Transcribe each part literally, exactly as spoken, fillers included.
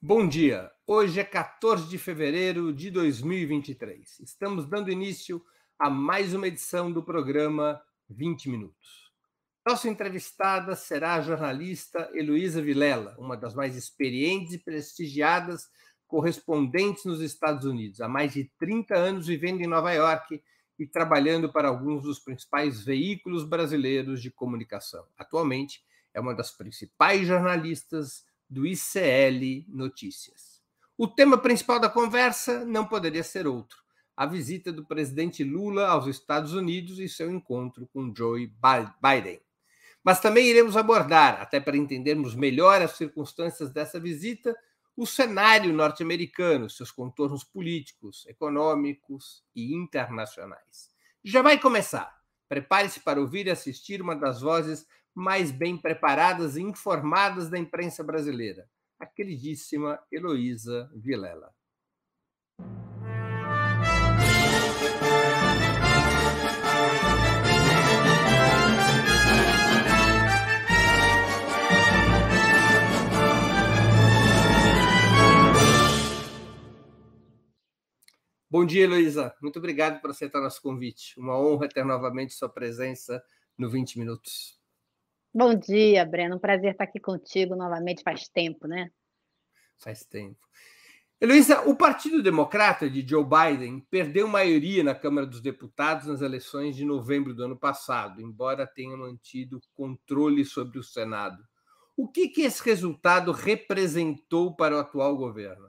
Bom dia, hoje é quatorze de fevereiro de dois mil e vinte e três. Estamos dando início a mais uma edição do programa vinte Minutos. Nossa entrevistada será a jornalista Heloísa Vilela, uma das mais experientes e prestigiadas correspondentes nos Estados Unidos, há mais de trinta anos vivendo em Nova York e trabalhando para alguns dos principais veículos brasileiros de comunicação. Atualmente, é uma das principais jornalistas do I C L Notícias. O tema principal da conversa não poderia ser outro: a visita do presidente Lula aos Estados Unidos e seu encontro com Joe Biden. Mas também iremos abordar, até para entendermos melhor as circunstâncias dessa visita, o cenário norte-americano, seus contornos políticos, econômicos e internacionais. Já vai começar. Prepare-se para ouvir e assistir uma das vozes mais bem preparadas e informadas da imprensa brasileira, a queridíssima Heloísa Vilela. Bom dia, Heloísa. Muito obrigado por aceitar nosso convite. Uma honra ter novamente sua presença no vinte Minutos. Bom dia, Breno. Um prazer estar aqui contigo novamente. Faz tempo, né? Faz tempo. Heloísa, o Partido Democrata de Joe Biden perdeu maioria na Câmara dos Deputados nas eleições de novembro do ano passado, embora tenha mantido controle sobre o Senado. O que, que esse resultado representou para o atual governo?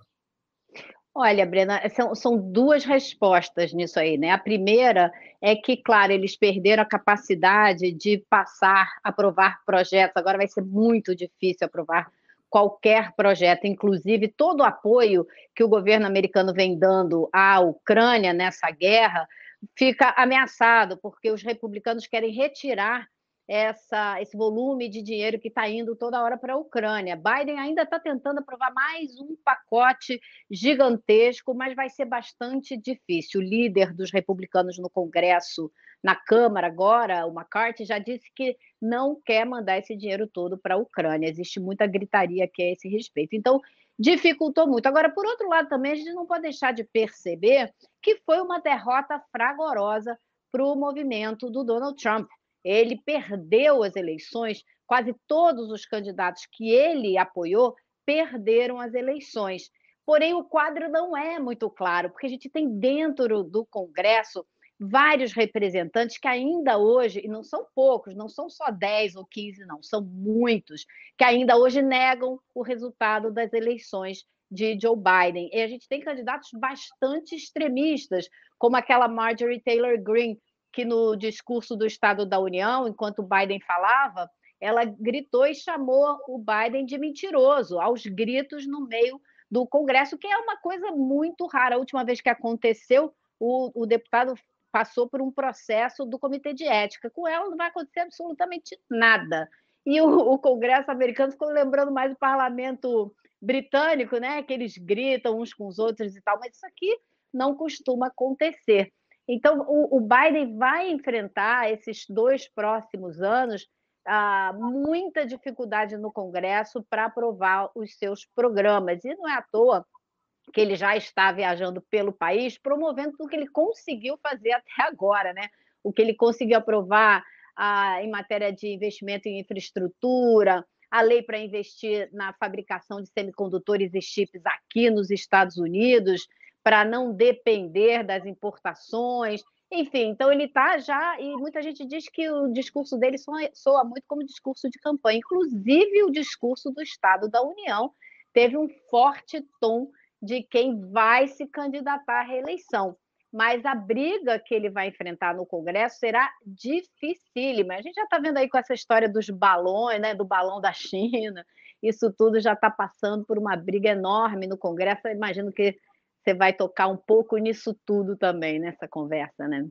Olha, Brena, são, são duas respostas nisso aí, né? A primeira é que, claro, eles perderam a capacidade de passar, aprovar projetos. Agora vai ser muito difícil aprovar qualquer projeto, inclusive todo o apoio que o governo americano vem dando à Ucrânia nessa guerra fica ameaçado, porque os republicanos querem retirar essa, esse volume de dinheiro que está indo toda hora para a Ucrânia. Biden ainda está tentando aprovar mais um pacote gigantesco, mas vai ser bastante difícil. O líder dos republicanos no Congresso, na Câmara agora, o McCarthy, já disse que não quer mandar esse dinheiro todo para a Ucrânia. Existe muita gritaria aqui a esse respeito. Então, dificultou muito. Agora, por outro lado, também a gente não pode deixar de perceber que foi uma derrota fragorosa para o movimento do Donald Trump. Ele perdeu as eleições, quase todos os candidatos que ele apoiou perderam as eleições. Porém, o quadro não é muito claro, porque a gente tem dentro do Congresso vários representantes que ainda hoje, e não são poucos, não são só dez ou quinze, não, são muitos, que ainda hoje negam o resultado das eleições de Joe Biden. E a gente tem candidatos bastante extremistas, como aquela Marjorie Taylor Greene, que no discurso do Estado da União, enquanto o Biden falava, ela gritou e chamou o Biden de mentiroso, aos gritos no meio do Congresso, que é uma coisa muito rara. A última vez que aconteceu, o, o deputado passou por um processo do Comitê de Ética. Com ela não vai acontecer absolutamente nada. E o, o Congresso americano ficou lembrando mais o parlamento britânico, né? Que eles gritam uns com os outros e tal, mas isso aqui não costuma acontecer. Então, o, o Biden vai enfrentar esses dois próximos anos ah, muita dificuldade no Congresso para aprovar os seus programas. E não é à toa que ele já está viajando pelo país, promovendo o que ele conseguiu fazer até agora, né? O que ele conseguiu aprovar ah, em matéria de investimento em infraestrutura, a lei para investir na fabricação de semicondutores e chips aqui nos Estados Unidos, para não depender das importações. Enfim, então ele está já, e muita gente diz que o discurso dele soa, soa muito como discurso de campanha. Inclusive, o discurso do Estado da União teve um forte tom de quem vai se candidatar à reeleição. Mas a briga que ele vai enfrentar no Congresso será dificílima. A gente já está vendo aí com essa história dos balões, né, do balão da China, isso tudo já está passando por uma briga enorme no Congresso. Eu imagino que você vai tocar um pouco nisso tudo também, nessa conversa, né?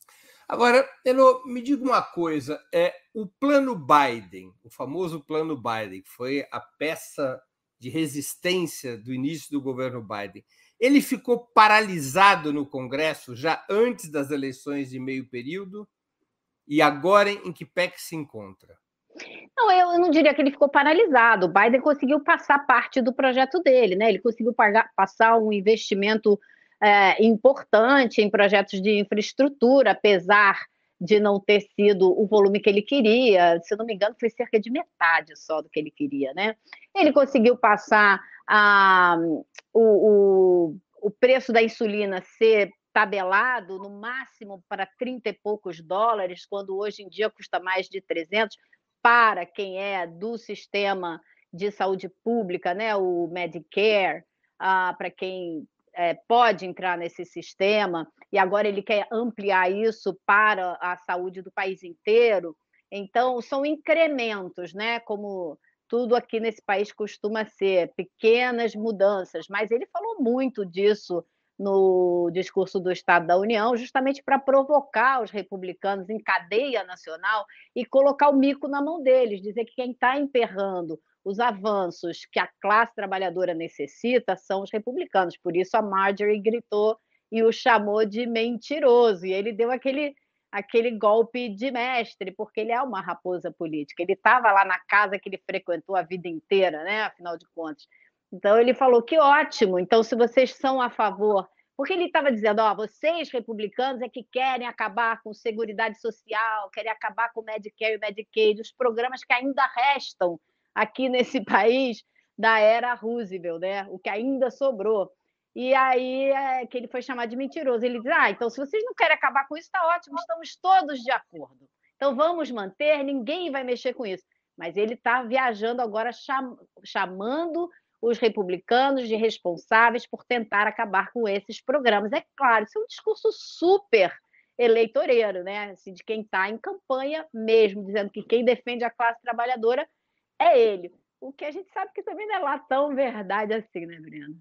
Agora, Elo, me diga uma coisa, é o plano Biden, o famoso plano Biden, que foi a peça de resistência do início do governo Biden, ele ficou paralisado no Congresso já antes das eleições de meio período e agora em que pé que se encontra? Não, eu não diria que ele ficou paralisado. O Biden conseguiu passar parte do projeto dele, né? Ele conseguiu pagar, passar um investimento é, importante em projetos de infraestrutura, apesar de não ter sido o volume que ele queria. Se eu não me engano, foi cerca de metade só do que ele queria, né? Ele conseguiu passar a, o, o, o preço da insulina ser tabelado no máximo para trinta e poucos dólares, quando hoje em dia custa mais de trezentos para quem é do sistema de saúde pública, né, o Medicare, ah, para quem é, pode entrar nesse sistema, e agora ele quer ampliar isso para a saúde do país inteiro. Então, são incrementos, né, como tudo aqui nesse país costuma ser, pequenas mudanças, mas ele falou muito disso no discurso do Estado da União, justamente para provocar os republicanos em cadeia nacional e colocar o mico na mão deles, dizer que quem está emperrando os avanços que a classe trabalhadora necessita são os republicanos. Por isso a Marjorie gritou e o chamou de mentiroso, e ele deu aquele, aquele golpe de mestre, porque ele é uma raposa política, ele estava lá na casa que ele frequentou a vida inteira, né? Afinal de contas. Então ele falou que ótimo, então se vocês são a favor, porque ele estava dizendo, ó, vocês republicanos é que querem acabar com Seguridade Social, querem acabar com o Medicare e o Medicaid, os programas que ainda restam aqui nesse país da era Roosevelt, né? O que ainda sobrou. E aí é que ele foi chamado de mentiroso. Ele diz, ah, então se vocês não querem acabar com isso, está ótimo, estamos todos de acordo. Então vamos manter, ninguém vai mexer com isso. Mas ele está viajando agora, cham chamando os republicanos de responsáveis por tentar acabar com esses programas. É claro, isso é um discurso super eleitoreiro, né? Assim, de quem está em campanha mesmo, dizendo que quem defende a classe trabalhadora é ele. O que a gente sabe que também não é lá tão verdade assim, né, Breno?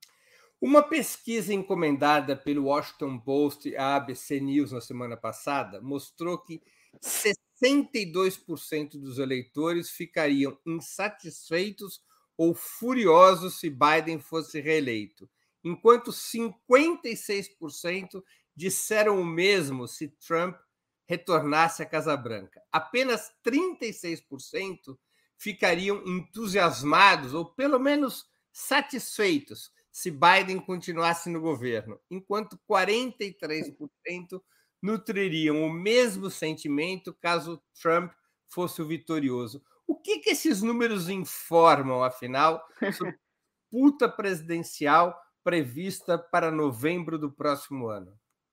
Uma pesquisa encomendada pelo Washington Post e a A B C News na semana passada mostrou que sessenta e dois por cento dos eleitores ficariam insatisfeitos ou furiosos se Biden fosse reeleito, enquanto cinquenta e seis por cento disseram o mesmo se Trump retornasse à Casa Branca. Apenas trinta e seis por cento ficariam entusiasmados ou pelo menos satisfeitos se Biden continuasse no governo, enquanto quarenta e três por cento nutririam o mesmo sentimento caso Trump fosse o vitorioso. O que, que esses números informam, afinal, sobre a disputa presidencial prevista para novembro do próximo ano?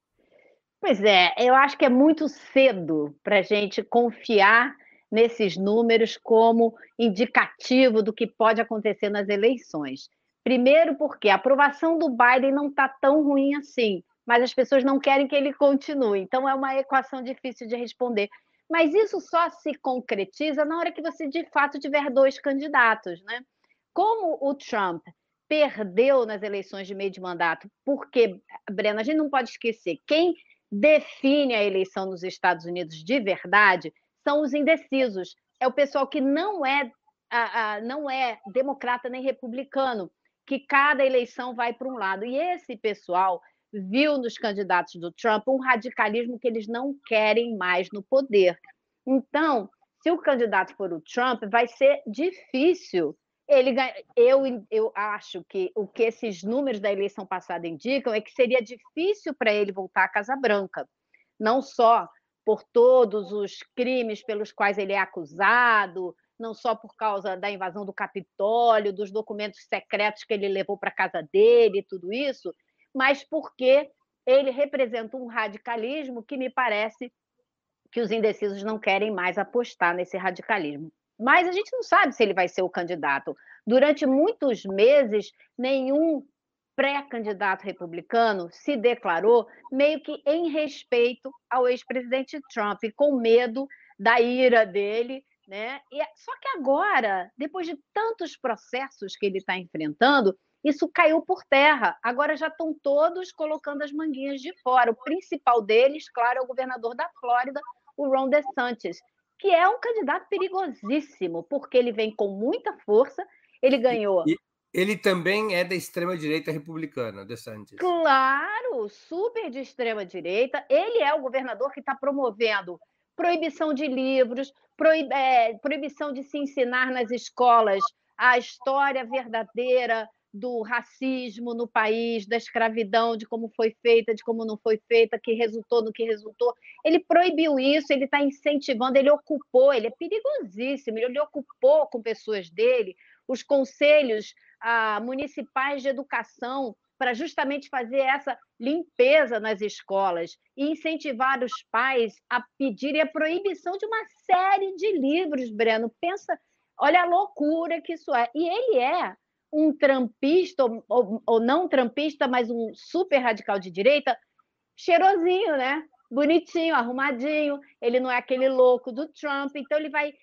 Pois é, eu acho que é muito cedo para a gente confiar nesses números como indicativo do que pode acontecer nas eleições. Primeiro, porque a aprovação do Biden não está tão ruim assim, mas as pessoas não querem que ele continue. Então, é uma equação difícil de responder. Mas isso só se concretiza na hora que você, de fato, tiver dois candidatos, né? Como o Trump perdeu nas eleições de meio de mandato, porque, Breno, a gente não pode esquecer, quem define a eleição nos Estados Unidos de verdade são os indecisos. É o pessoal que não é, a, a, não é democrata nem republicano, que cada eleição vai para um lado. E esse pessoal viu nos candidatos do Trump um radicalismo que eles não querem mais no poder. Então, se o candidato for o Trump, vai ser difícil ele ganha. Eu, eu acho que o que esses números da eleição passada indicam é que seria difícil para ele voltar à Casa Branca, não só por todos os crimes pelos quais ele é acusado, não só por causa da invasão do Capitólio, dos documentos secretos que ele levou para a casa dele, tudo isso, mas porque ele representa um radicalismo que me parece que os indecisos não querem mais apostar nesse radicalismo. Mas a gente não sabe se ele vai ser o candidato. Durante muitos meses, nenhum pré-candidato republicano se declarou meio que em respeito ao ex-presidente Trump, com medo da ira dele, né? E só que agora, depois de tantos processos que ele está enfrentando, isso caiu por terra. Agora já estão todos colocando as manguinhas de fora. O principal deles, claro, é o governador da Flórida, o Ron DeSantis, que é um candidato perigosíssimo, porque ele vem com muita força, ele ganhou... E, e ele também é da extrema-direita republicana, DeSantis. Claro, super de extrema-direita. Ele é o governador que está promovendo proibição de livros, proib é, proibição de se ensinar nas escolas a história verdadeira do racismo no país, da escravidão, de como foi feita, de como não foi feita, que resultou no que resultou. Ele proibiu isso, ele está incentivando, ele ocupou, ele é perigosíssimo, ele ocupou com pessoas dele os conselhos ah, municipais de educação para justamente fazer essa limpeza nas escolas e incentivar os pais a pedirem a proibição de uma série de livros, Breno. Pensa, olha a loucura que isso é. E ele é um trampista, ou, ou não trampista, mas um super radical de direita, cheirosinho, né? Bonitinho, arrumadinho, ele não é aquele louco do Trump, então ele vai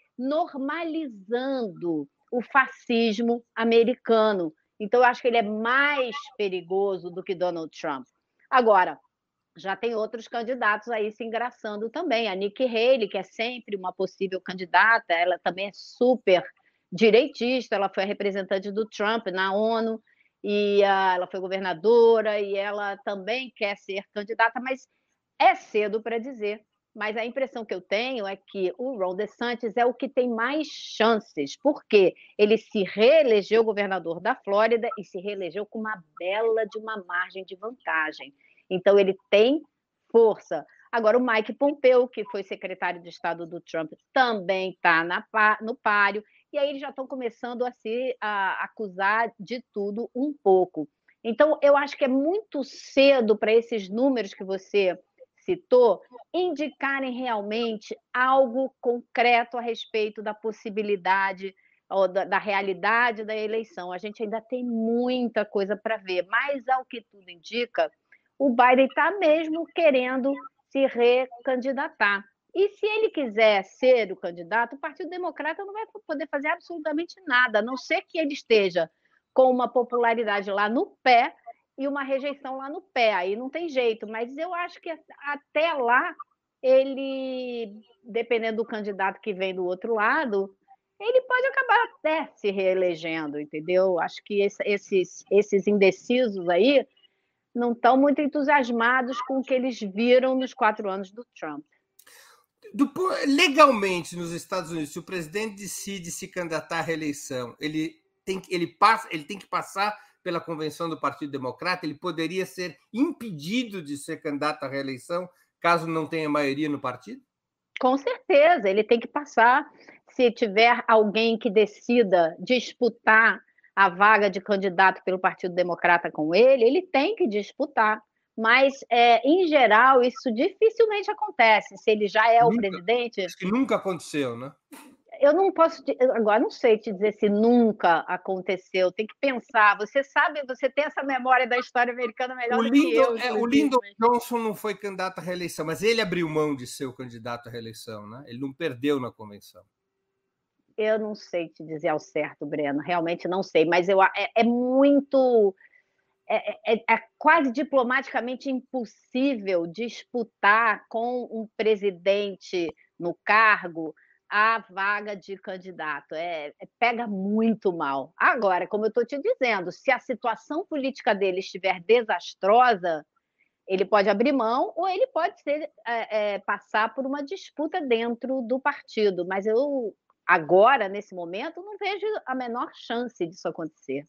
normalizando o fascismo americano. Então, eu acho que ele é mais perigoso do que Donald Trump. Agora, já tem outros candidatos aí se engraçando também. A Nikki Haley, que é sempre uma possível candidata, ela também é super direitista, ela foi a representante do Trump na ONU, e uh, ela foi governadora, e ela também quer ser candidata, mas é cedo para dizer. Mas a impressão que eu tenho é que o Ron DeSantis é o que tem mais chances, porque ele se reelegeu governador da Flórida e se reelegeu com uma bela de uma margem de vantagem. Então, ele tem força. Agora, o Mike Pompeo, que foi secretário de Estado do Trump, também está no páreo, e aí eles já estão começando a se a, acusar de tudo um pouco. Então, eu acho que é muito cedo para esses números que você citou indicarem realmente algo concreto a respeito da possibilidade ou da, da realidade da eleição. A gente ainda tem muita coisa para ver, mas, ao que tudo indica, o Biden está mesmo querendo se recandidatar. E se ele quiser ser o candidato, o Partido Democrata não vai poder fazer absolutamente nada, a não ser que ele esteja com uma popularidade lá no pé e uma rejeição lá no pé. Aí não tem jeito. Mas eu acho que até lá, ele, dependendo do candidato que vem do outro lado, ele pode acabar até se reelegendo, entendeu? Acho que esses, esses indecisos aí não estão muito entusiasmados com o que eles viram nos quatro anos do Trump. Do, legalmente, nos Estados Unidos, se o presidente decide se candidatar à reeleição, ele tem, ele passa, ele tem que passar pela convenção do Partido Democrata, ele poderia ser impedido de ser candidato à reeleição caso não tenha maioria no partido? Com certeza, ele tem que passar. Se tiver alguém que decida disputar a vaga de candidato pelo Partido Democrata com ele, ele tem que disputar. Mas, é, em geral, isso dificilmente acontece. Se ele já é nunca, o presidente. Acho que nunca aconteceu, né? Eu não posso, agora não sei te dizer se nunca aconteceu, tem que pensar. Você sabe, você tem essa memória da história americana melhor o do Lyndon, que eu. É, o Lyndon Johnson não foi candidato à reeleição, mas ele abriu mão de ser o candidato à reeleição, né? Ele não perdeu na convenção. Eu não sei te dizer ao certo, Breno, realmente não sei, mas eu, é, é muito. É, é, é quase diplomaticamente impossível disputar com um presidente no cargo a vaga de candidato. É, é, pega muito mal. Agora, como eu estou te dizendo, se a situação política dele estiver desastrosa, ele pode abrir mão ou ele pode ser, é, é, passar por uma disputa dentro do partido. Mas eu, agora, nesse momento, não vejo a menor chance disso acontecer.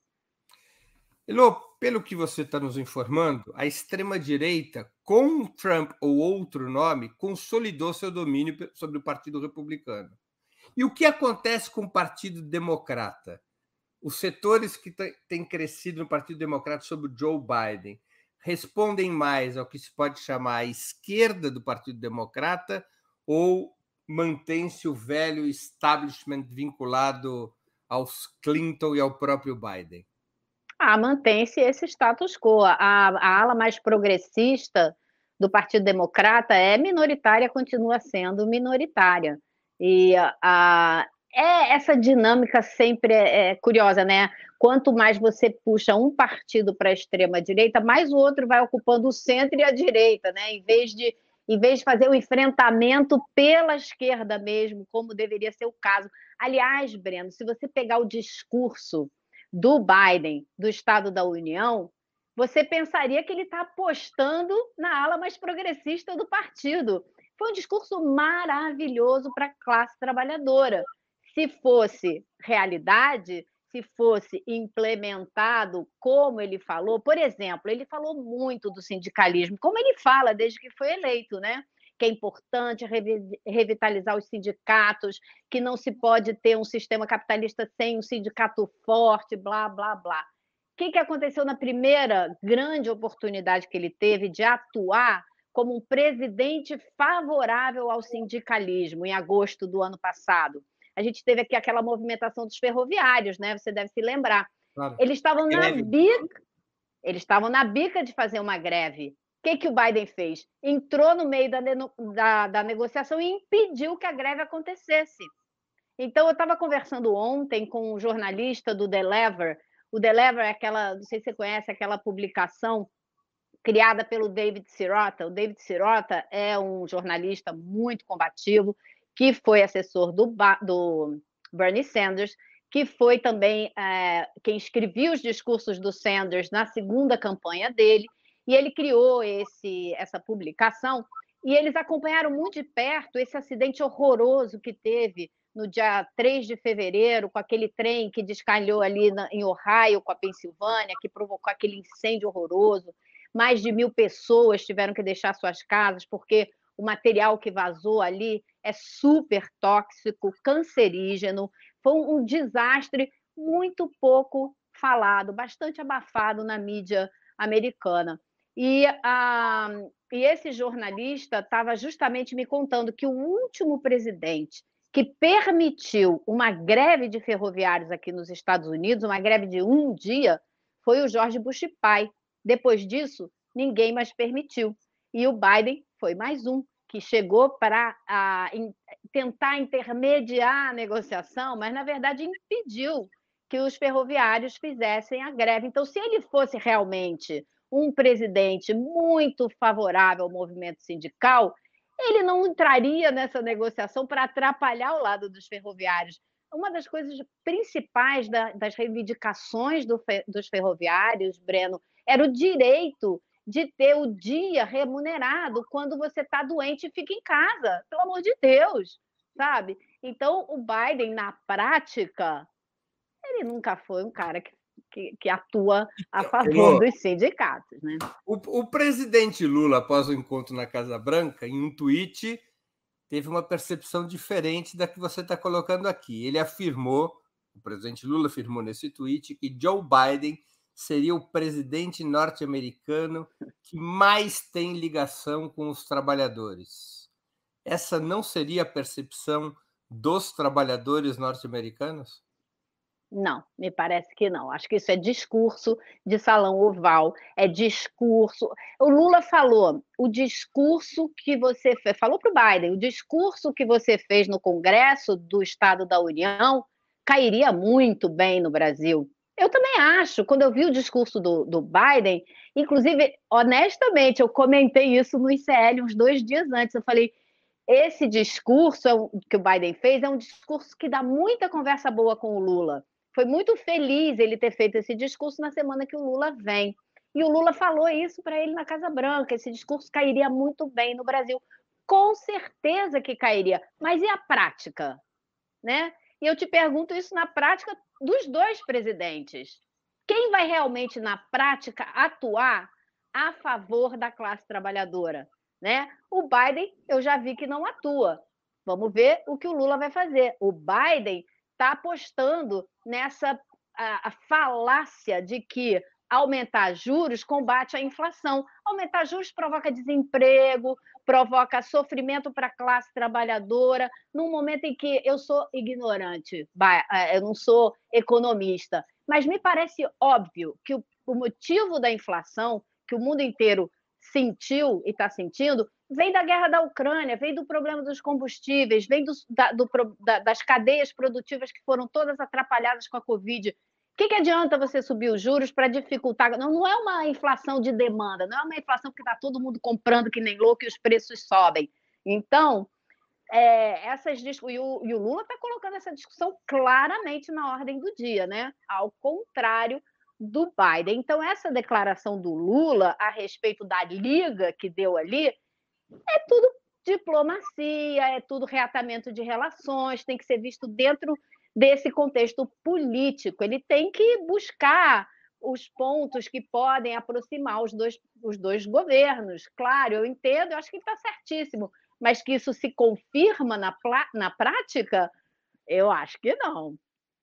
Elô, pelo que você está nos informando, a extrema-direita, com Trump ou outro nome, consolidou seu domínio sobre o Partido Republicano. E o que acontece com o Partido Democrata? Os setores que têm crescido no Partido Democrata sob o Joe Biden respondem mais ao que se pode chamar a esquerda do Partido Democrata ou mantém-se o velho establishment vinculado aos Clinton e ao próprio Biden? Ah, mantém-se esse status quo. A, a ala mais progressista do Partido Democrata é minoritária, continua sendo minoritária. E a, é, essa dinâmica sempre é, é curiosa, né? Quanto mais você puxa um partido para a extrema-direita, mais o outro vai ocupando o centro e a direita, né? Em vez de, em vez de fazer o enfrentamento pela esquerda mesmo, como deveria ser o caso. Aliás, Breno, se você pegar o discurso do Biden, do Estado da União, você pensaria que ele está apostando na ala mais progressista do partido. Foi um discurso maravilhoso para a classe trabalhadora. Se fosse realidade, se fosse implementado como ele falou, por exemplo, ele falou muito do sindicalismo, como ele fala desde que foi eleito, né? Que é importante revitalizar os sindicatos, que não se pode ter um sistema capitalista sem um sindicato forte, blá, blá, blá. O que, que aconteceu na primeira grande oportunidade que ele teve de atuar como um presidente favorável ao sindicalismo, em agosto do ano passado? A gente teve aqui aquela movimentação dos ferroviários, né? Você deve se lembrar. Claro. Eles estavam na bica, eles estavam na bica de fazer uma greve. O que, que o Biden fez? Entrou no meio da, da, da negociação e impediu que a greve acontecesse. Então, eu estava conversando ontem com um jornalista do The Lever. O The Lever é aquela, não sei se você conhece, aquela publicação criada pelo David Sirota. O David Sirota é um jornalista muito combativo, que foi assessor do, do Bernie Sanders, que foi também é, quem escrevia os discursos do Sanders na segunda campanha dele, e ele criou esse, essa publicação, e eles acompanharam muito de perto esse acidente horroroso que teve no dia três de fevereiro, com aquele trem que descalhou ali na, em Ohio, com a Pensilvânia, que provocou aquele incêndio horroroso. Mais de mil pessoas tiveram que deixar suas casas, porque o material que vazou ali é super tóxico, cancerígeno. Foi um desastre muito pouco falado, bastante abafado na mídia americana. E, ah, e esse jornalista estava justamente me contando que o último presidente que permitiu uma greve de ferroviários aqui nos Estados Unidos, uma greve de um dia, foi o George Bush pai. Depois disso, ninguém mais permitiu. E o Biden foi mais um que chegou para a, in, tentar intermediar a negociação, mas, na verdade, impediu que os ferroviários fizessem a greve. Então, se ele fosse realmente um presidente muito favorável ao movimento sindical, ele não entraria nessa negociação para atrapalhar o lado dos ferroviários. Uma das coisas principais da, das reivindicações do, dos ferroviários, Breno, era o direito de ter o dia remunerado quando você está doente e fica em casa, pelo amor de Deus, sabe? Então, o Biden, na prática, ele nunca foi um cara que, que, que atua a favor dos sindicatos, né? O, o presidente Lula, após o encontro na Casa Branca, em um tweet, teve uma percepção diferente da que você está colocando aqui. Ele afirmou, o presidente Lula afirmou nesse tweet, que Joe Biden seria o presidente norte-americano que mais tem ligação com os trabalhadores. Essa não seria a percepção dos trabalhadores norte-americanos? Não, me parece que não. Acho que isso é discurso de salão oval, é discurso. O Lula falou, o discurso que você fez, falou para o Biden, o discurso que você fez no Congresso do Estado da União cairia muito bem no Brasil. Eu também acho, quando eu vi o discurso do, do Biden, inclusive, honestamente, eu comentei isso no I C L uns dois dias antes, eu falei, esse discurso que o Biden fez é um discurso que dá muita conversa boa com o Lula. Foi muito feliz ele ter feito esse discurso na semana que o Lula vem. E o Lula falou isso para ele na Casa Branca, esse discurso cairia muito bem no Brasil. Com certeza que cairia, mas e a prática? Né? E eu te pergunto isso na prática dos dois presidentes. Quem vai realmente, na prática, atuar a favor da classe trabalhadora? Né? O Biden, eu já vi que não atua. Vamos ver o que o Lula vai fazer. O Biden está apostando nessa a, a falácia de que aumentar juros combate a inflação. Aumentar juros provoca desemprego, provoca sofrimento para a classe trabalhadora, num momento em que eu sou ignorante, eu não sou economista, mas me parece óbvio que o, o motivo da inflação, que o mundo inteiro sentiu e está sentindo, vem da guerra da Ucrânia, vem do problema dos combustíveis, vem do, da, do, da, das cadeias produtivas que foram todas atrapalhadas com a Covid. O que, que adianta você subir os juros para dificultar? Não, não é uma inflação de demanda, não é uma inflação que está todo mundo comprando que nem louco e os preços sobem. Então, é, essas e o, e o Lula está colocando essa discussão claramente na ordem do dia, né? Ao contrário do Biden. Então, essa declaração do Lula a respeito da liga que deu ali é tudo diplomacia, é tudo reatamento de relações, tem que ser visto dentro desse contexto político. Ele tem que buscar os pontos que podem aproximar os dois, os dois governos. Claro, eu entendo, eu acho que está certíssimo, mas que isso se confirma na, na prática, eu acho que não.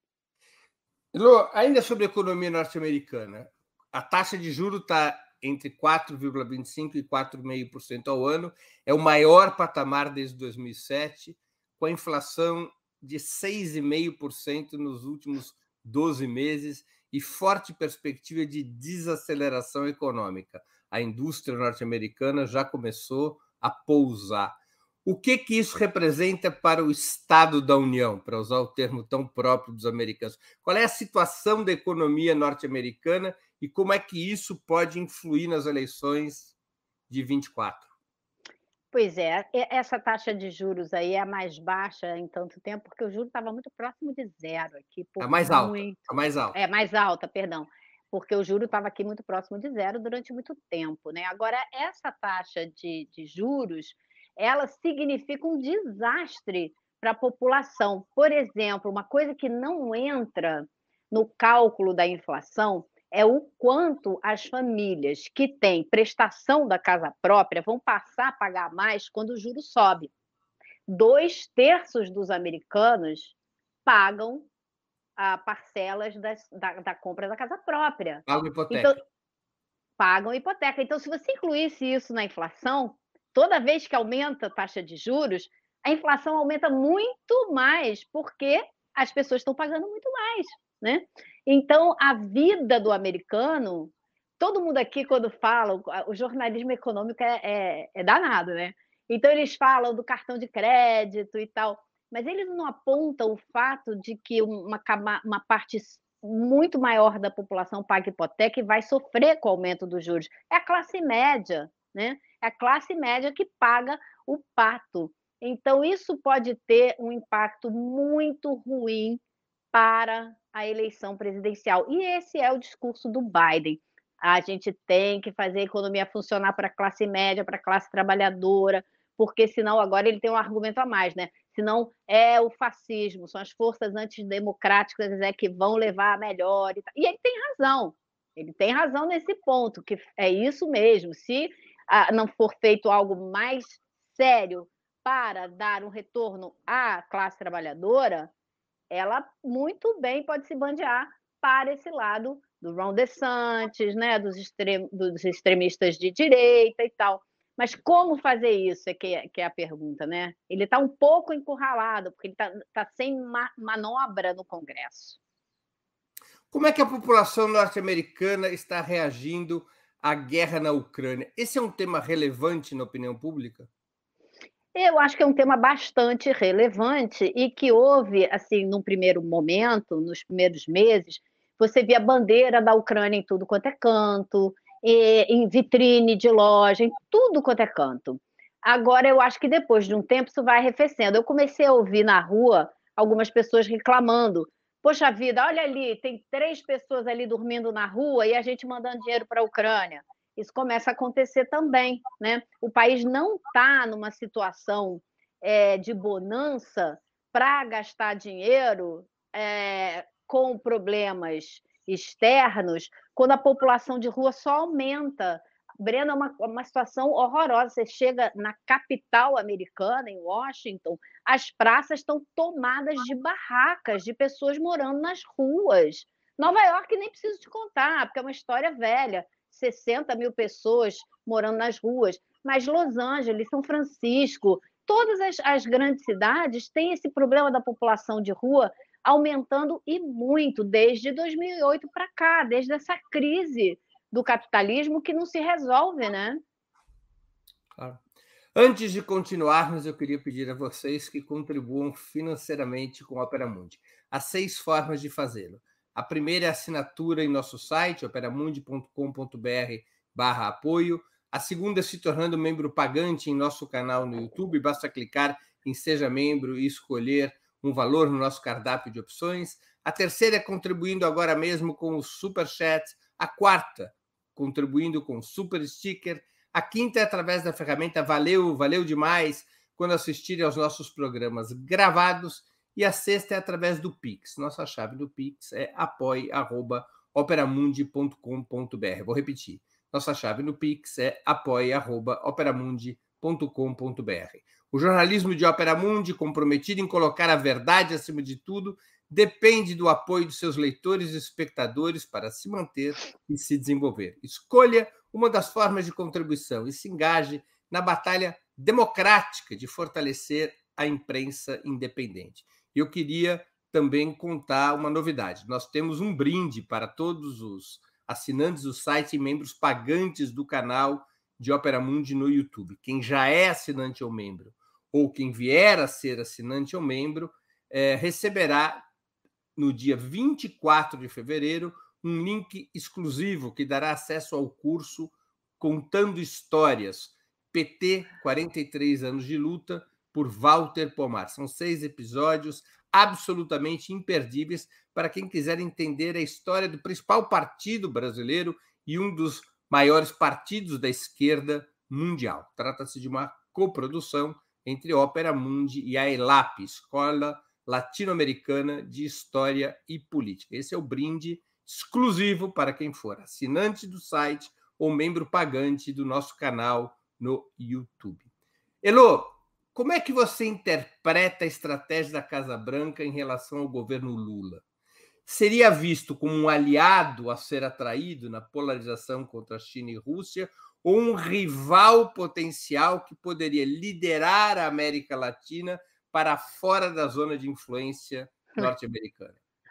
Lô, ainda sobre a economia norte-americana, a taxa de juros está entre quatro vírgula vinte e cinco por cento e quatro vírgula cinco por cento ao ano, é o maior patamar desde dois mil e sete, com a inflação de seis vírgula cinco por cento nos últimos doze meses e forte perspectiva de desaceleração econômica. A indústria norte-americana já começou a pousar. O que, que isso representa para o Estado da União, para usar o termo tão próprio dos americanos? Qual é a situação da economia norte-americana e como é que isso pode influir nas eleições de vinte e quatro? Pois é, essa taxa de juros aí é a mais baixa em tanto tempo, porque o juro estava muito próximo de zero aqui, por A mais alta, muito a mais alta. É, mais alta, perdão, porque o juro estava aqui muito próximo de zero durante muito tempo, né. Agora essa taxa de de juros, ela significa um desastre para a população. Por exemplo, uma coisa que não entra no cálculo da inflação é o quanto as famílias que têm prestação da casa própria vão passar a pagar mais quando o juro sobe. Dois terços dos americanos pagam a parcelas das da da compra da casa própria. Paga Então hipoteca. pagam hipoteca. Então, se você incluísse isso na inflação, toda vez que aumenta a taxa de juros, a inflação aumenta muito mais, porque as pessoas estão pagando muito mais, né. Então, a vida do americano todo mundo aqui quando fala o jornalismo econômico é é é danado, né. Então eles falam do cartão de crédito e tal, mas eles não apontam o fato de que uma cama uma parte muito maior da população paga hipoteca e vai sofrer com o aumento dos juros. É a classe média, né, é a classe média que paga o pato. Então isso pode ter um impacto muito ruim para a eleição presidencial. E esse é o discurso do Biden. A gente tem que fazer a economia funcionar para a classe média, para a classe trabalhadora, porque senão agora ele tem um argumento a mais, né, senão é o fascismo, são as forças antidemocráticas é que vão levar a melhor e tal. E ele tem razão, ele tem razão nesse ponto, que é isso mesmo, se, ah, não for feito algo mais sério para dar um retorno à classe trabalhadora, ela muito bem pode se bandear para esse lado do Ron DeSantis, né, dos extre dos extremistas de direita e tal. Mas como fazer isso é que é que é a pergunta, né. Ele está um pouco encurralado, porque ele está está sem ma manobra no Congresso. Como é que a população norte-americana está reagindo à guerra na Ucrânia? Esse é um tema relevante na opinião pública? Eu acho que é um tema bastante relevante e que houve, assim, num primeiro momento, nos primeiros meses, você via a bandeira da Ucrânia em tudo quanto é canto, eh, em vitrine de loja, em tudo quanto é canto. Agora eu acho que depois de um tempo isso vai arrefecendo. Eu comecei a ouvir na rua algumas pessoas reclamando: "Poxa vida, olha ali, tem três pessoas ali dormindo na rua e a gente mandando dinheiro para a Ucrânia". Isso começa a acontecer também, né. O país não está numa situação, eh, de bonança para gastar dinheiro, eh, com problemas externos, quando a população de rua só aumenta. Breno, é uma uma situação horrorosa, você chega na capital americana, em Washington, as praças estão tomadas de barracas, de pessoas morando nas ruas. Nova Iorque nem preciso te contar, porque é uma história velha, sessenta mil pessoas morando nas ruas, mas Los Angeles, São Francisco, todas as as grandes cidades têm esse problema da população de rua aumentando e muito desde dois mil e oito para cá, desde essa crise do capitalismo que não se resolve, né. Claro. Antes de continuarmos, eu queria pedir a vocês que contribuam financeiramente com a Opera Mundi. Há seis formas de fazê-lo. A primeira é a assinatura em nosso site, operamundi ponto com ponto br barra apoio. A segunda é se tornando membro pagante em nosso canal no YouTube. Basta clicar em Seja Membro e escolher um valor no nosso cardápio de opções. A terceira é contribuindo agora mesmo com o Super Chat. A quarta, contribuindo com o Super Sticker. A quinta é através da ferramenta Valeu, valeu demais quando assistirem aos nossos programas gravados. E a sexta é através do Pix. Nossa chave do Pix é apoie arroba operamundi ponto com ponto br. Vou repetir. Nossa chave no Pix é apoie arroba operamundi ponto com ponto br. O jornalismo de Ópera Mundi, comprometido em colocar a verdade acima de tudo, depende do apoio de seus leitores e espectadores para se manter e se desenvolver. Escolha uma das formas de contribuição e se engaje na batalha democrática de fortalecer a imprensa independente. Eu queria também contar uma novidade. Nós temos um brinde para todos os assinantes do site e membros pagantes do canal de Ópera Mundi no YouTube. Quem já é assinante ou membro, ou quem vier a ser assinante ou membro, é, receberá no dia vinte e quatro de fevereiro um link exclusivo que dará acesso ao curso Contando Histórias, P T, quarenta e três anos de luta, por Walter Pomar. São seis episódios absolutamente imperdíveis para quem quiser entender a história do principal partido brasileiro e um dos maiores partidos da esquerda mundial. Trata-se de uma coprodução entre Ópera Mundi e a ELAP, Escola Latino-Americana de História e Política. Esse é o brinde exclusivo para quem for assinante do site ou membro pagante do nosso canal no YouTube. Elô, como é que você interpreta a estratégia da Casa Branca em relação ao governo Lula? Seria visto como um aliado a ser atraído na polarização contra a China e Rússia ou um rival potencial que poderia liderar a América Latina para fora da zona de influência norte-americana?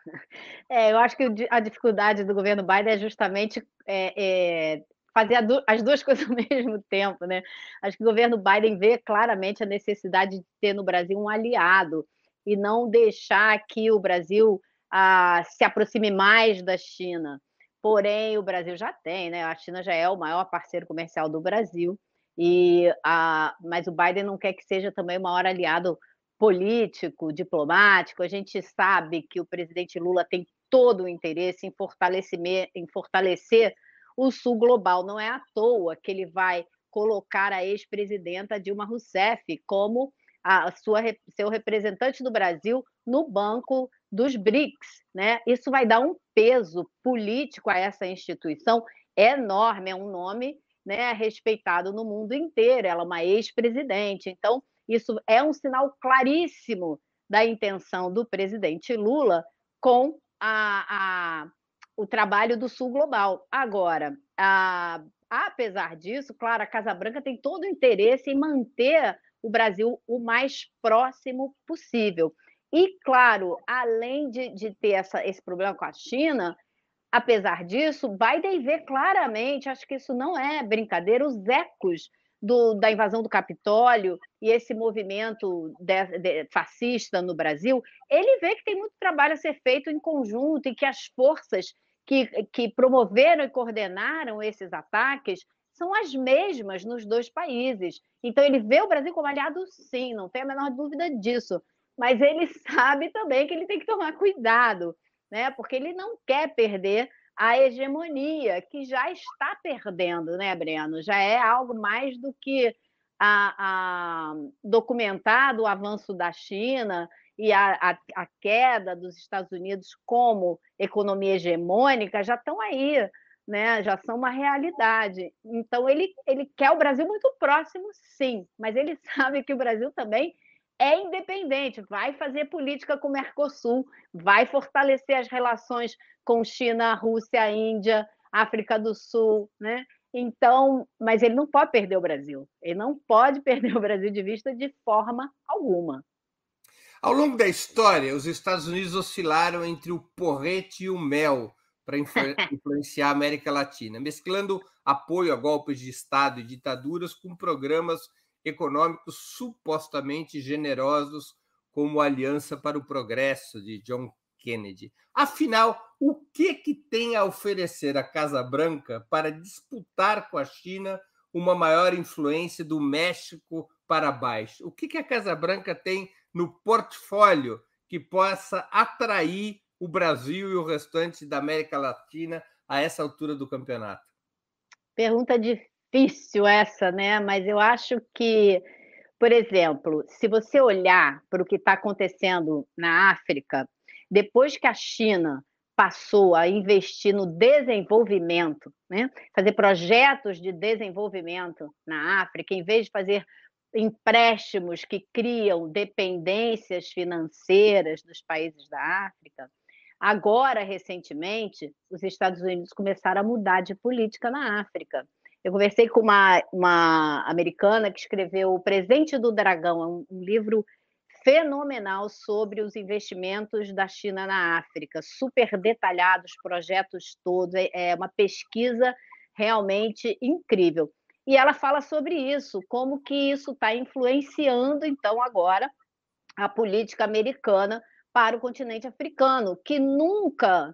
É, eu acho que a dificuldade do governo Biden é justamente é, é, fazer as duas coisas ao mesmo tempo, né? Acho que o governo Biden vê claramente a necessidade de ter no Brasil um aliado e não deixar que o Brasil ah, se aproxime mais da China. Porém, o Brasil já tem, né? A China já é o maior parceiro comercial do Brasil, e a, mas o Biden não quer que seja também o maior aliado político, diplomático. A gente sabe que o presidente Lula tem todo o interesse em fortalecer, em fortalecer o Sul global. Não é à toa que ele vai colocar a ex-presidenta Dilma Rousseff como a sua, seu representante do Brasil no banco dos BRICS, né? Isso vai dar um peso político a essa instituição enorme, é um nome, né, respeitado no mundo inteiro. Ela é uma ex-presidente, então isso é um sinal claríssimo da intenção do presidente Lula com a, a, o trabalho do Sul Global. Agora, a, apesar disso, claro, a Casa Branca tem todo o interesse em manter o Brasil o mais próximo possível. E, claro, além de, de ter essa, esse problema com a China, apesar disso, Biden vê claramente, acho que isso não é brincadeira, os ecos do, da invasão do Capitólio e esse movimento de, de, fascista no Brasil. Ele vê que tem muito trabalho a ser feito em conjunto e que as forças que, que promoveram e coordenaram esses ataques são as mesmas nos dois países. Então, ele vê o Brasil como aliado, sim, não tem a menor dúvida disso, mas ele sabe também que ele tem que tomar cuidado, né? Porque ele não quer perder a hegemonia, que já está perdendo, né, Breno? Já é algo mais do que a, a documentado o avanço da China e a, a, a queda dos Estados Unidos como economia hegemônica, já estão aí, né? Já são uma realidade. Então, ele, ele quer o Brasil muito próximo, sim, mas ele sabe que o Brasil também é independente, vai fazer política com o Mercosul, vai fortalecer as relações com China, Rússia, Índia, África do Sul, né? Então, mas ele não pode perder o Brasil. Ele não pode perder o Brasil de vista de forma alguma. Ao longo da história, os Estados Unidos oscilaram entre o porrete e o mel para influenciar a América Latina, mesclando apoio a golpes de Estado e ditaduras com programas econômicos supostamente generosos, como a Aliança para o Progresso, de John Kennedy. Afinal, o que, que tem a oferecer a Casa Branca para disputar com a China uma maior influência do México para baixo? O que, que a Casa Branca tem no portfólio que possa atrair o Brasil e o restante da América Latina a essa altura do campeonato? Pergunta difícil. difícil essa, né, mas eu acho que, por exemplo, se você olhar para o que está acontecendo na África, depois que a China passou a investir no desenvolvimento, né, fazer projetos de desenvolvimento na África, em vez de fazer empréstimos que criam dependências financeiras dos países da África, agora, recentemente, os Estados Unidos começaram a mudar de política na África. Eu conversei com uma, uma americana que escreveu O Presente do Dragão, é um, um livro fenomenal sobre os investimentos da China na África, super detalhados, projetos todos, é, é uma pesquisa realmente incrível. E ela fala sobre isso, como que isso está influenciando, então, agora, a política americana para o continente africano, que nunca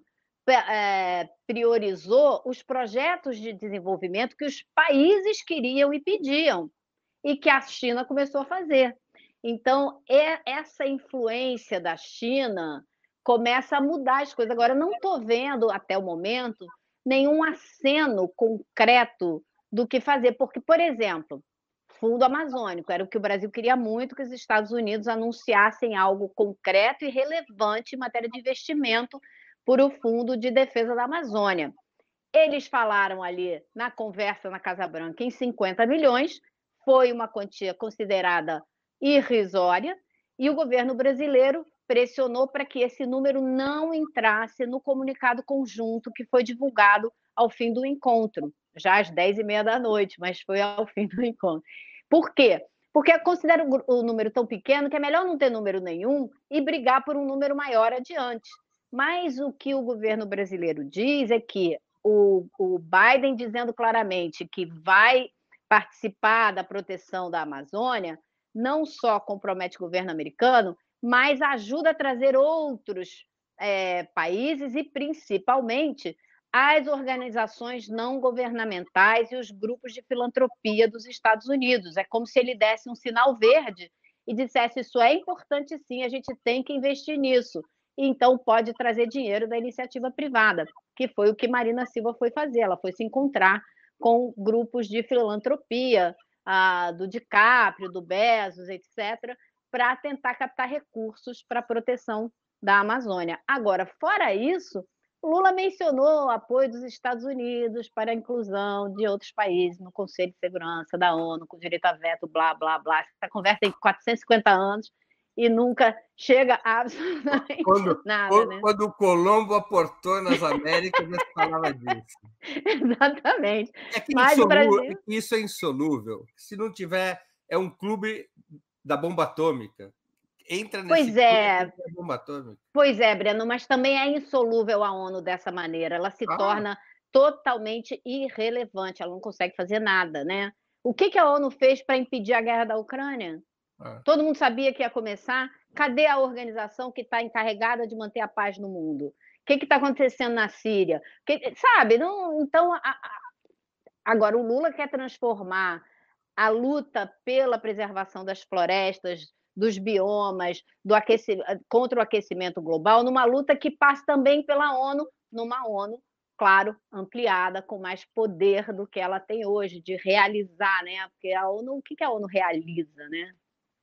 é, priorizou os projetos de desenvolvimento que os países queriam e pediam, e que a China começou a fazer. Então, é, essa influência da China começa a mudar as coisas. Agora, não estou vendo, até o momento, nenhum aceno concreto do que fazer, porque, por exemplo, Fundo Amazônico, era o que o Brasil queria muito, que os Estados Unidos anunciassem algo concreto e relevante em matéria de investimento por o Fundo de Defesa da Amazônia. Eles falaram ali na conversa na Casa Branca em cinquenta milhões, foi uma quantia considerada irrisória, e o governo brasileiro pressionou para que esse número não entrasse no comunicado conjunto que foi divulgado ao fim do encontro, já às dez e meia da noite, mas foi ao fim do encontro. Por quê? Porque considero o número tão pequeno que é melhor não ter número nenhum e brigar por um número maior adiante. Mas o que o governo brasileiro diz é que o, o Biden dizendo claramente que vai participar da proteção da Amazônia, não só compromete o governo americano, mas ajuda a trazer outros é, países e, principalmente, as organizações não governamentais e os grupos de filantropia dos Estados Unidos. É como se ele desse um sinal verde e dissesse: isso é importante sim, a gente tem que investir nisso. E então pode trazer dinheiro da iniciativa privada, que foi o que Marina Silva foi fazer. Ela foi se encontrar com grupos de filantropia, ah, do DiCaprio, do Bezos, etcétera, para tentar captar recursos para a proteção da Amazônia. Agora, fora isso, Lula mencionou o apoio dos Estados Unidos para a inclusão de outros países no Conselho de Segurança da ONU, com direito a veto, blá, blá, blá. Essa conversa tem quatrocentos e cinquenta anos e nunca chega a absolutamente Quando, nada, quando, né? quando o Colombo aportou nas Américas, já se falava disso. Exatamente. É que, Mas o insolú... Brasil... isso é insolúvel. Se não tiver, é um clube da bomba atômica. Entra nesse Pois clube é, da bomba atômica. pois é, Breno, mas também é insolúvel a ONU dessa maneira. Ela se Ah, torna totalmente irrelevante, ela não consegue fazer nada, né? O que, que a ONU fez para impedir a guerra da Ucrânia? ah. Todo mundo sabia que ia começar. Cadê a organização que está encarregada de manter a paz no mundo? O que está acontecendo na Síria? Que, sabe? Não, então, a, a, agora o Lula quer transformar a luta pela preservação das florestas, dos biomas, do contra o aquecimento global, numa luta que passa também pela ONU, numa ONU, claro, ampliada, com mais poder do que ela tem hoje, de realizar, né? Porque a ONU, o que a ONU realiza, né?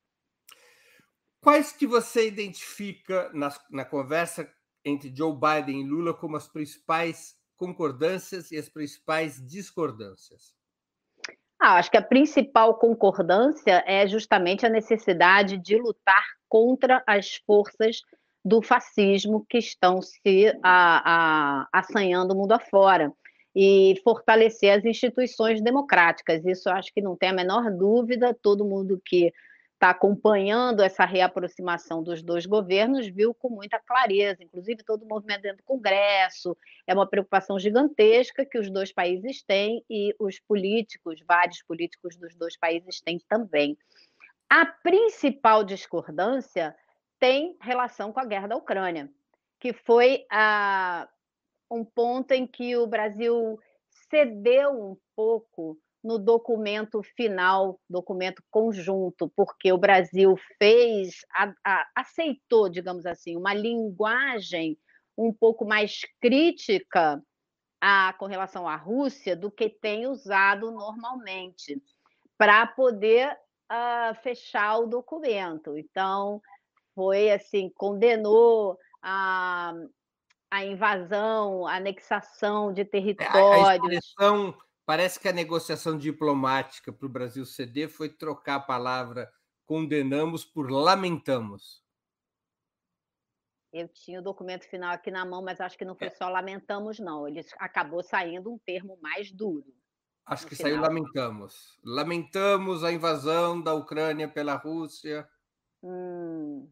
Quais que você identifica na, na conversa entre Joe Biden e Lula como as principais concordâncias e as principais discordâncias? Ah, acho que a principal concordância é justamente a necessidade de lutar contra as forças do fascismo que estão se a, a, assanhando o mundo afora e fortalecer as instituições democráticas. Isso eu acho que não tem a menor dúvida, todo mundo que está acompanhando essa reaproximação dos dois governos viu com muita clareza, inclusive todo o movimento dentro do Congresso, é uma preocupação gigantesca que os dois países têm e os políticos, vários políticos dos dois países têm também. A principal discordância tem relação com a guerra da Ucrânia, que foi a, um ponto em que o Brasil cedeu um pouco no documento final, documento conjunto, porque o Brasil fez, a, a, aceitou, digamos assim, uma linguagem um pouco mais crítica a, com relação à Rússia do que tem usado normalmente, para poder, hã, fechar o documento. Então, foi assim, condenou a a invasão, a anexação de É, a a territórios. expressão parece que a negociação diplomática para o Brasil ceder foi trocar a palavra "condenamos" por "lamentamos". Eu tinha o documento final aqui na mão, mas acho que não foi É. só "lamentamos" não, eles acabou saindo um termo mais duro, Acho no que saiu final. "lamentamos". "Lamentamos a invasão da Ucrânia pela Rússia". Hum.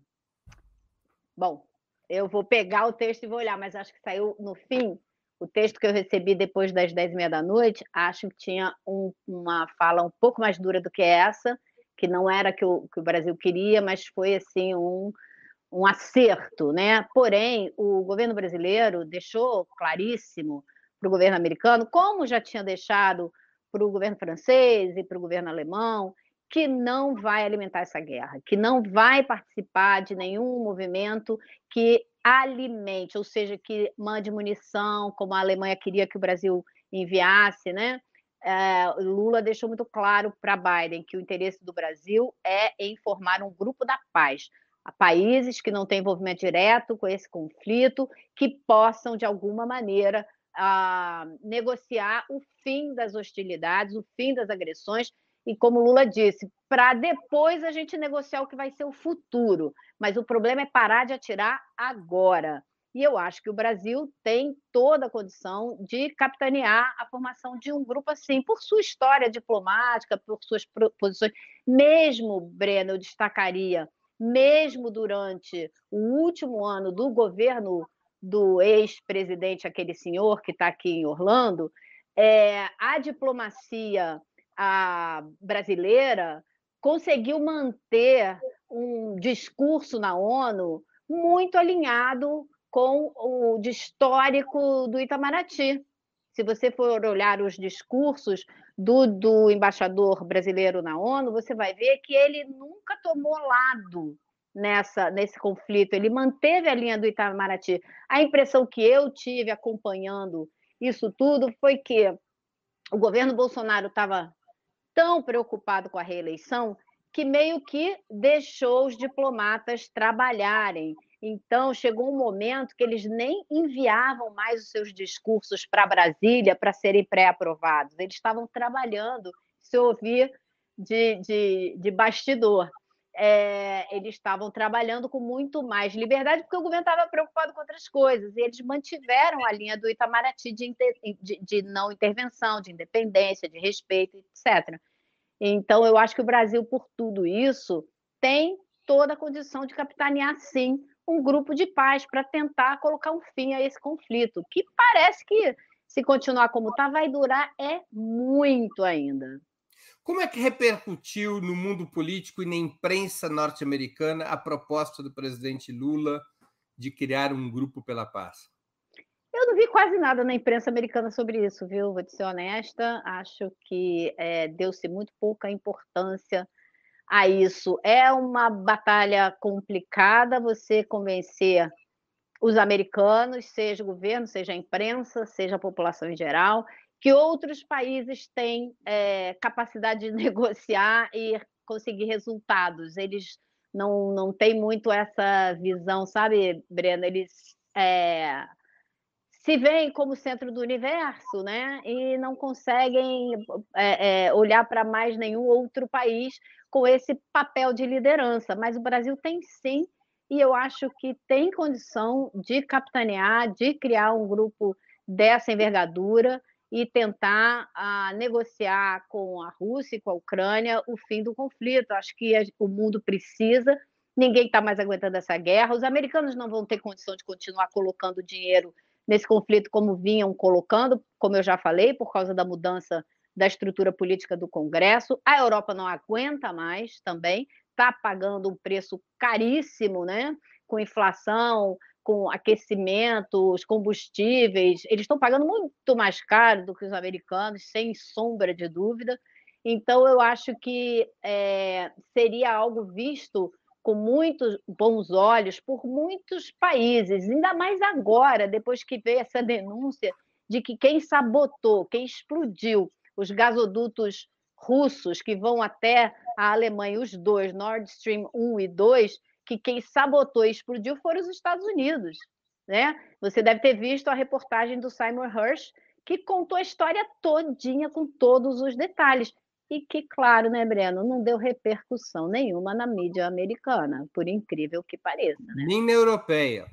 Bom, eu vou pegar o texto e vou olhar, mas acho que saiu no fim, o texto que eu recebi depois das dez e meia da noite, acho que tinha um uma fala um pouco mais dura do que essa, que não era que o que o Brasil queria, mas foi assim um um acerto, né. Porém, o governo brasileiro deixou claríssimo para o governo americano, como já tinha deixado para o governo francês e para o governo alemão, que não vai alimentar essa guerra, que não vai participar de nenhum movimento que alimente, ou seja, que mande munição, como a Alemanha queria que o Brasil enviasse, né. Eh, Lula deixou muito claro para Biden que o interesse do Brasil é em formar um grupo da paz, a países que não têm envolvimento direto com esse conflito, que possam de alguma maneira, ah, negociar o fim das hostilidades, o fim das agressões, e como o Lula disse: "Pra depois a gente negociar o que vai ser o futuro, mas o problema é parar de atirar agora". E eu acho que o Brasil tem toda a condição de capitanear a formação de um grupo assim, por sua história diplomática, por suas pro posições, mesmo, Breno, eu destacaria, mesmo durante o último ano do governo do ex-presidente, aquele senhor que está aqui em Orlando, eh, a diplomacia, a brasileira, conseguiu manter um discurso na ONU muito alinhado com o de histórico do Itamaraty. Se você for olhar os discursos do do embaixador brasileiro na ONU, você vai ver que ele nunca tomou lado nessa nesse conflito, ele manteve a linha do Itamaraty. A impressão que eu tive acompanhando isso tudo foi que o governo Bolsonaro estava tão preocupado com a reeleição, que meio que deixou os diplomatas trabalharem. Então, chegou um momento que eles nem enviavam mais os seus discursos para Brasília para serem pré-aprovados, eles estavam trabalhando, se ouvir de de de bastidor. Eh, eles estavam trabalhando com muito mais liberdade, porque o governo estava preocupado com outras coisas, e eles mantiveram a linha do Itamaraty de inte de de não intervenção, de independência, de respeito, etcétera. Então eu acho que o Brasil, por tudo isso, tem toda a condição de capitanear sim, um grupo de paz para tentar colocar um fim a esse conflito, que parece que, se continuar como está, vai durar é muito ainda. Como é que repercutiu no mundo político e na imprensa norte-americana a proposta do presidente Lula de criar um grupo pela paz? Eu não vi quase nada na imprensa americana sobre isso, viu, vou te ser honesta, acho que, eh, deu-se muito pouca importância a isso. É uma batalha complicada você convencer os americanos, seja o governo, seja a imprensa, seja a população em geral, que outros países têm, eh, capacidade de negociar e conseguir resultados. Eles não não têm muito essa visão, sabe, Breno, eles, eh, se veem como centro do universo, né, e não conseguem, eh eh, olhar para mais nenhum outro país com esse papel de liderança, mas o Brasil tem sim, e eu acho que tem condição de capitanear, de criar um grupo dessa envergadura e tentar, ah, negociar com a Rússia e com a Ucrânia o fim do conflito. Acho que a o mundo precisa, ninguém está mais aguentando essa guerra, os americanos não vão ter condição de continuar colocando dinheiro nesse conflito como vinham colocando, como eu já falei, por causa da mudança da estrutura política do Congresso. A Europa não aguenta mais também, está pagando um preço caríssimo, né, com inflação, com aquecimento, os combustíveis, eles estão pagando muito mais caro do que os americanos, sem sombra de dúvida. Então eu acho que, eh, seria algo visto com muitos bons olhos por muitos países, ainda mais agora, depois que veio essa denúncia de que quem sabotou, quem explodiu os gasodutos russos que vão até a Alemanha, os dois, Nord Stream um e dois, que quem sabotou e explodiu foram os Estados Unidos, né? Você deve ter visto a reportagem do Simon Hirsch, que contou a história todinha com todos os detalhes. E que, claro, né, Breno, não deu repercussão nenhuma na mídia americana, por incrível que pareça, né? Nem na europeia.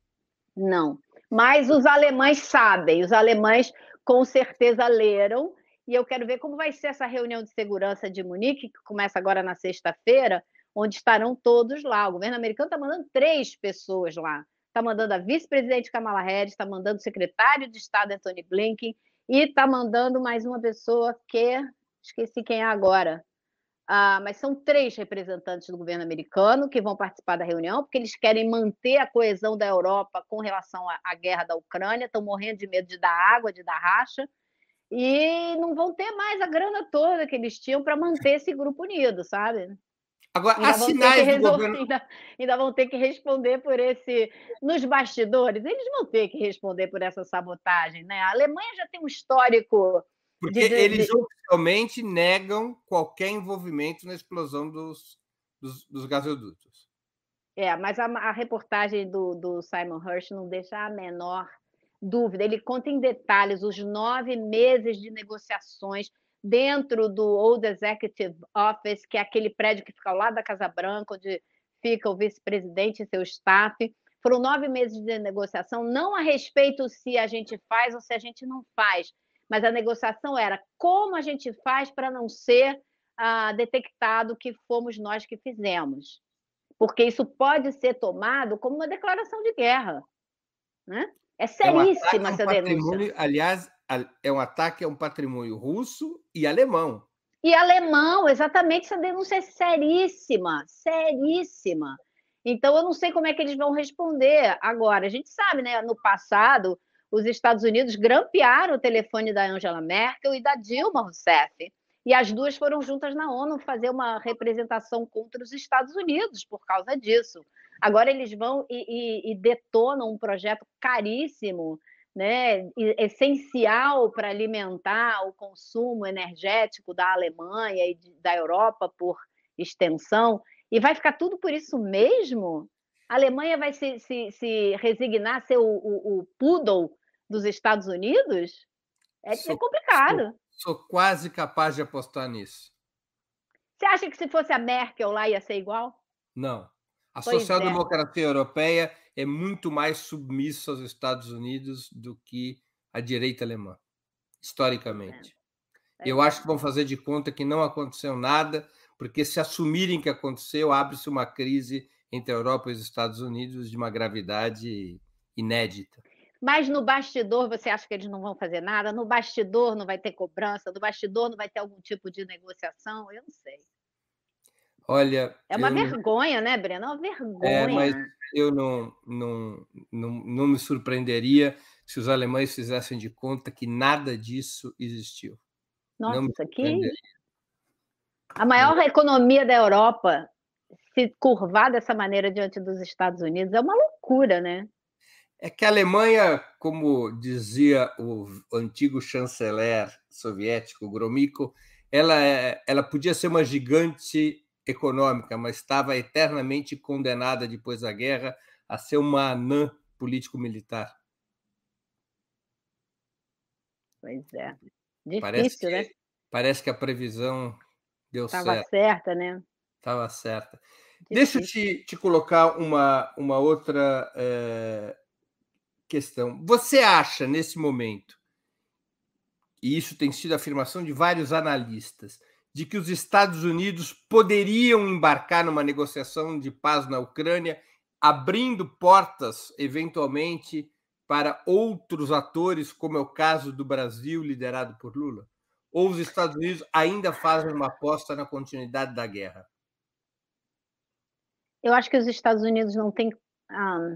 Não. Mas os alemães sabem, os alemães com certeza leram, e eu quero ver como vai ser essa reunião de segurança de Munique, que começa agora na sexta-feira, onde estarão todos lá. O governo americano está mandando três pessoas lá. Está mandando a vice-presidente Kamala Harris, está mandando o secretário de Estado Antony Blinken, e está mandando mais uma pessoa que... esqueci quem é agora. Ah, mas são três representantes do governo americano que vão participar da reunião, porque eles querem manter a coesão da Europa com relação à, à guerra da Ucrânia, estão morrendo de medo de dar água, de dar racha, e não vão ter mais a grana toda que eles tinham para manter esse grupo unido, sabe? Agora, ainda há vão sinais ter que do resol... governo... ainda, ainda vão ter que responder por esse... Nos bastidores, eles vão ter que responder por essa sabotagem, né? A Alemanha já tem um histórico... Porque de, de, eles de... oficialmente negam qualquer envolvimento na explosão dos, dos, dos gasodutos. É, mas a, a reportagem do, do Simon Hirsch não deixa a menor dúvida. Ele conta em detalhes os nove meses de negociações dentro do Old Executive Office, que é aquele prédio que fica ao lado da Casa Branca, onde fica o vice-presidente e seu staff. Foram nove meses de negociação, não a respeito se a gente faz ou se a gente não faz, mas a negociação era como a gente faz para não ser ah, detectado que fomos nós que fizemos. Porque isso pode ser tomado como uma declaração de guerra, né? É seríssima é um essa denúncia. Aliás, é um ataque a um patrimônio russo e alemão. E alemão, exatamente, essa denúncia é seríssima, seríssima. Então, eu não sei como é que eles vão responder agora. A gente sabe, né? No passado, os Estados Unidos grampearam o telefone da Angela Merkel e da Dilma Rousseff. E as duas foram juntas na ONU fazer uma representação contra os Estados Unidos por causa disso. Agora eles vão e, e, e detonam um projeto caríssimo, né, essencial para alimentar o consumo energético da Alemanha e de, da Europa por extensão. E vai ficar tudo por isso mesmo? A Alemanha vai se, se, se resignar a ser o, o, o poodle dos Estados Unidos? É, sou, é complicado. Sou, sou quase capaz de apostar nisso. Você acha que se fosse a Merkel lá ia ser igual? Não. A Pois social-democracia é. europeia é muito mais submissa aos Estados Unidos do que a direita alemã, historicamente. É. É. Eu acho que vão fazer de conta que não aconteceu nada, porque se assumirem que aconteceu, abre-se uma crise entre a Europa e os Estados Unidos de uma gravidade inédita. Mas no bastidor, você acha que eles não vão fazer nada? No bastidor não vai ter cobrança? No bastidor não vai ter algum tipo de negociação? Eu não sei. Olha... É uma vergonha, não... né, Breno? É uma vergonha. É, mas eu não, não, não, não me surpreenderia se os alemães fizessem de conta que nada disso existiu. Nossa, que... A maior economia da Europa se curvar dessa maneira diante dos Estados Unidos é uma loucura, né? É que a Alemanha, como dizia o antigo chanceler soviético, Gromyko, ela, ela podia ser uma gigante econômica, mas estava eternamente condenada, depois da guerra, a ser uma anã político-militar. Pois é. Difícil, parece que, né? Parece que a previsão deu Estava certo. certa, né? Estava certa. Difícil. Deixa eu te, te colocar uma, uma outra é, questão. Você acha, nesse momento, e isso tem sido a afirmação de vários analistas, de que os Estados Unidos poderiam embarcar numa negociação de paz na Ucrânia, abrindo portas, eventualmente, para outros atores, como é o caso do Brasil, liderado por Lula? Ou os Estados Unidos ainda fazem uma aposta na continuidade da guerra? Eu acho que os Estados Unidos não têm... Ah...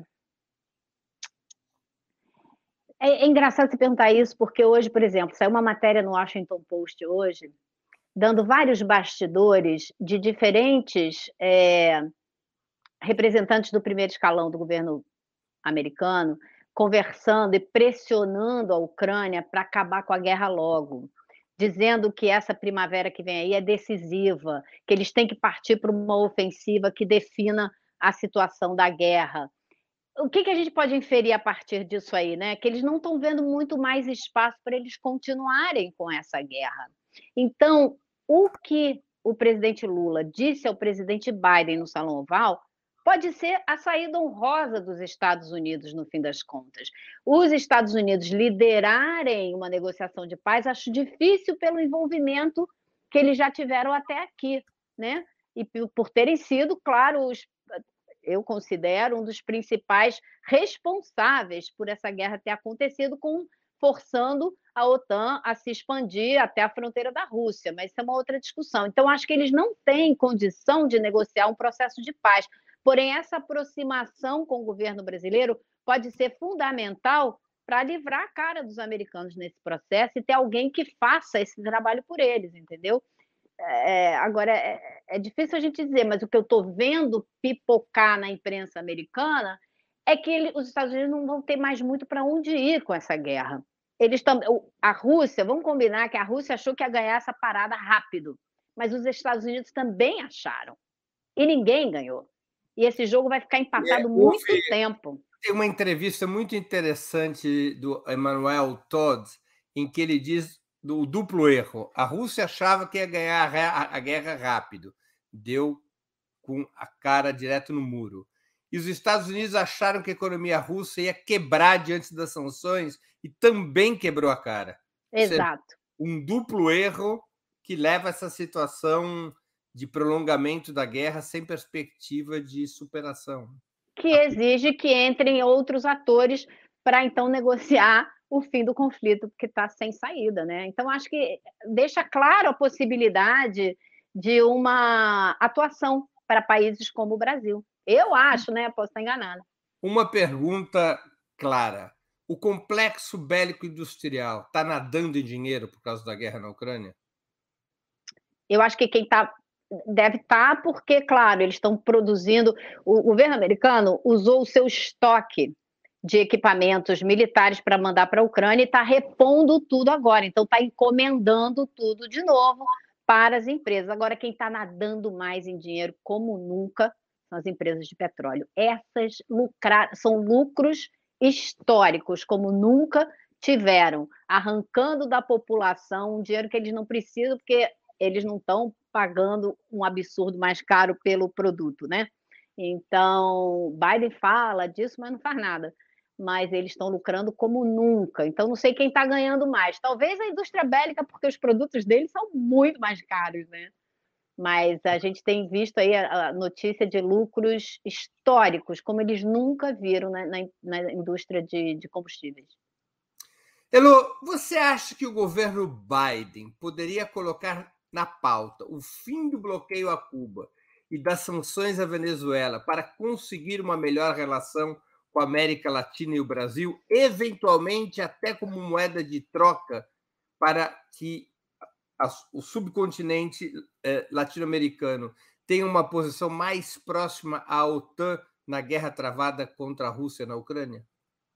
É, é engraçado você perguntar isso, porque hoje, por exemplo, saiu uma matéria no Washington Post hoje, dando vários bastidores de diferentes é, representantes do primeiro escalão do governo americano, conversando e pressionando a Ucrânia para acabar com a guerra logo, dizendo que essa primavera que vem aí é decisiva, que eles têm que partir para uma ofensiva que defina a situação da guerra. O que que a gente pode inferir a partir disso aí, né? Que eles não estão vendo muito mais espaço para eles continuarem com essa guerra. Então, o que o presidente Lula disse ao presidente Biden no Salão Oval pode ser a saída honrosa dos Estados Unidos, no fim das contas. Os Estados Unidos liderarem uma negociação de paz, acho difícil pelo envolvimento que eles já tiveram até aqui, né? E por terem sido, claro, os, eu considero um dos principais responsáveis por essa guerra ter acontecido, com forçando a OTAN a se expandir até a fronteira da Rússia, mas isso é uma outra discussão. Então, acho que eles não têm condição de negociar um processo de paz. Porém, essa aproximação com o governo brasileiro pode ser fundamental para livrar a cara dos americanos nesse processo e ter alguém que faça esse trabalho por eles, entendeu? É, agora, é, é difícil a gente dizer, mas o que eu estou vendo pipocar na imprensa americana é que ele, os Estados Unidos não vão ter mais muito para onde ir com essa guerra. Eles também, a Rússia, vamos combinar que a Rússia achou que ia ganhar essa parada rápido, mas os Estados Unidos também acharam, e ninguém ganhou. E esse jogo vai ficar empatado é, muito houve, tempo. Tem uma entrevista muito interessante do Emmanuel Todd, em que ele diz do duplo erro. A Rússia achava que ia ganhar a guerra rápido, deu com a cara direto no muro. E os Estados Unidos acharam que a economia russa ia quebrar diante das sanções e também quebrou a cara. Exato. Um duplo erro que leva a essa situação de prolongamento da guerra sem perspectiva de superação. Que exige que entrem outros atores para, então, negociar o fim do conflito, porque está sem saída, né? Então, acho que deixa claro a possibilidade de uma atuação para países como o Brasil. Eu acho, né? Posso estar enganada. Uma pergunta clara. O complexo bélico-industrial está nadando em dinheiro por causa da guerra na Ucrânia? Eu acho que quem está deve estar, porque, claro, eles estão produzindo. O governo americano usou o seu estoque de equipamentos militares para mandar para a Ucrânia e está repondo tudo agora. Então, está encomendando tudo de novo para as empresas. Agora, quem está nadando mais em dinheiro, como nunca, são as empresas de petróleo. Essas lucrar, são lucros históricos, como nunca tiveram, arrancando da população um dinheiro que eles não precisam, porque eles não estão pagando um absurdo mais caro pelo produto, né? Então, Biden fala disso, mas não faz nada. Mas eles estão lucrando como nunca. Então, não sei quem está ganhando mais. Talvez a indústria bélica, porque os produtos deles são muito mais caros, né? Mas a gente tem visto aí a notícia de lucros históricos, como eles nunca viram na, na, na indústria de, de combustíveis. Elô, você acha que o governo Biden poderia colocar na pauta o fim do bloqueio a Cuba e das sanções à Venezuela para conseguir uma melhor relação com a América Latina e o Brasil, eventualmente até como moeda de troca para que o subcontinente eh, latino-americano tenha uma posição mais próxima à OTAN na guerra travada contra a Rússia na Ucrânia?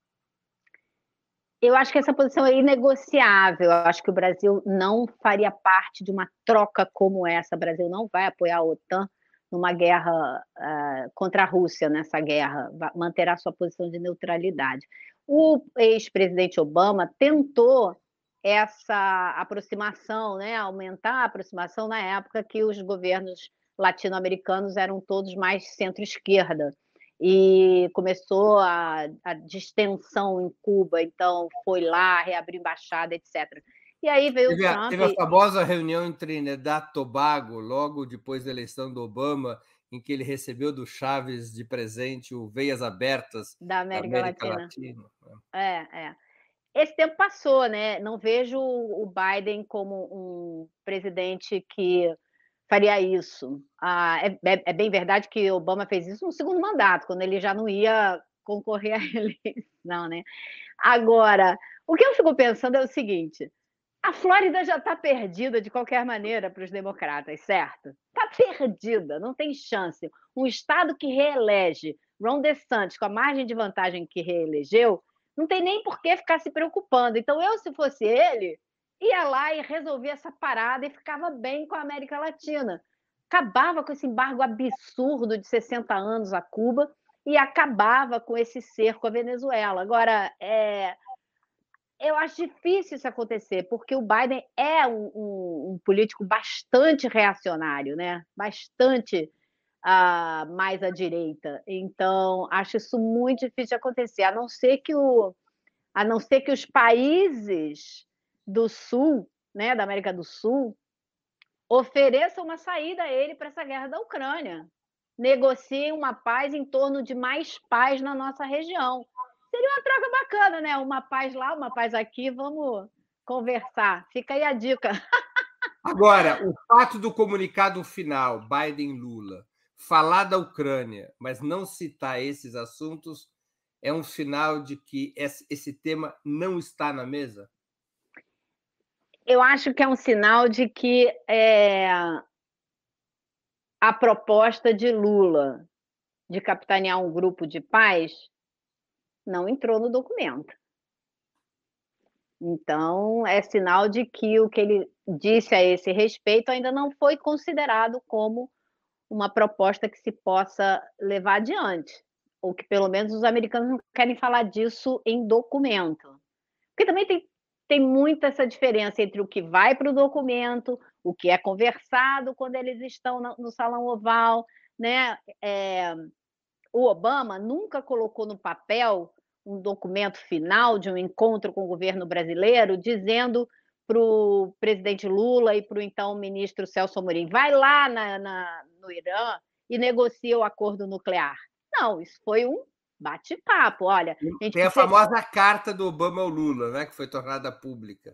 Eu acho que essa posição é inegociável. Eu acho que o Brasil não faria parte de uma troca como essa. O Brasil não vai apoiar a OTAN numa guerra uh, contra a Rússia, nessa guerra, manterá sua posição de neutralidade. O ex-presidente Obama tentou essa aproximação, né, aumentar a aproximação na época que os governos latino-americanos eram todos mais centro-esquerda. E começou a, a distensão em Cuba, então foi lá, reabriu embaixada, etcétera. E aí veio teve o a, Trump... Teve a famosa reunião em Trinidad e Tobago, logo depois da eleição do Obama, em que ele recebeu do Chaves de presente o Veias Abertas da América, da América Latina. Latina. É, é. Esse tempo passou, né? Não vejo o Biden como um presidente que faria isso. Ah, é, é, bem verdade que Obama fez isso no segundo mandato, quando ele já não ia concorrer à eleição, né? Agora, o que eu fico pensando é o seguinte: a Flórida já está perdida de qualquer maneira para os democratas, certo? Está perdida, não tem chance. Um estado que reelege Ron DeSantis com a margem de vantagem que reelegeu Não tem nem por que ficar se preocupando. Então eu, se fosse ele, ia lá e resolvia essa parada e ficava bem com a América Latina. Acabava com esse embargo absurdo de sessenta anos a Cuba e acabava com esse cerco à Venezuela. Agora, é, eu acho difícil isso acontecer, porque o Biden é um, um, um político bastante reacionário, né? Bastante ah, mais à direita. Então, acho isso muito difícil de acontecer, a não ser que, o, a não ser que os países do Sul, né, da América do Sul, ofereçam uma saída a ele para essa guerra da Ucrânia. Negociem uma paz em torno de mais paz na nossa região. Seria uma troca bacana, né? Uma paz lá, uma paz aqui, vamos conversar. Fica aí a dica. Agora, o fato do comunicado final, Biden-Lula, falar da Ucrânia, mas não citar esses assuntos, é um sinal de que esse tema não está na mesa? Eu acho que é um sinal de que é, a proposta de Lula de capitanear um grupo de paz não entrou no documento. Então, é sinal de que o que ele disse a esse respeito ainda não foi considerado como uma proposta que se possa levar adiante, ou que pelo menos os americanos não querem falar disso em documento. Porque também tem, tem muita essa diferença entre o que vai para o documento, o que é conversado quando eles estão no, no Salão Oval, né? É, o Obama nunca colocou no papel um documento final de um encontro com o governo brasileiro, dizendo para o presidente Lula e para o então ministro Celso Amorim, vai lá na, na, no Irã e negocia o acordo nuclear. Não, isso foi um bate-papo. Olha, a gente Tem a precisa... famosa carta do Obama ao Lula, né, que foi tornada pública.